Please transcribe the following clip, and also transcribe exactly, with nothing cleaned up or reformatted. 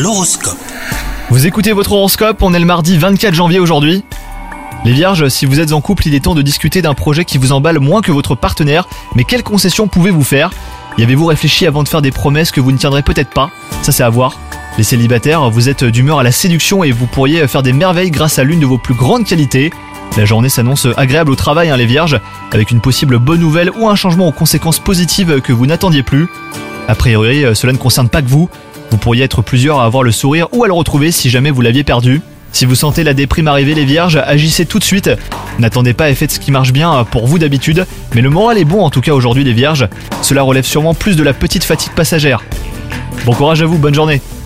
L'horoscope. Vous écoutez votre horoscope, on est le mardi vingt-quatre janvier aujourd'hui. Les Vierges, si vous êtes en couple, il est temps de discuter d'un projet qui vous emballe moins que votre partenaire, mais quelles concessions pouvez-vous faire ? Y avez-vous réfléchi avant de faire des promesses que vous ne tiendrez peut-être pas ? Ça c'est à voir. Les célibataires, vous êtes d'humeur à la séduction et vous pourriez faire des merveilles grâce à l'une de vos plus grandes qualités. La journée s'annonce agréable au travail, hein, les Vierges, avec une possible bonne nouvelle ou un changement aux conséquences positives que vous n'attendiez plus. A priori, cela ne concerne pas que vous. Vous pourriez être plusieurs à avoir le sourire ou à le retrouver si jamais vous l'aviez perdu. Si vous sentez la déprime arriver, les Vierges, agissez tout de suite. N'attendez pas et faites ce qui marche bien pour vous d'habitude, mais le moral est bon en tout cas aujourd'hui, les Vierges. Cela relève sûrement plus de la petite fatigue passagère. Bon courage à vous, bonne journée.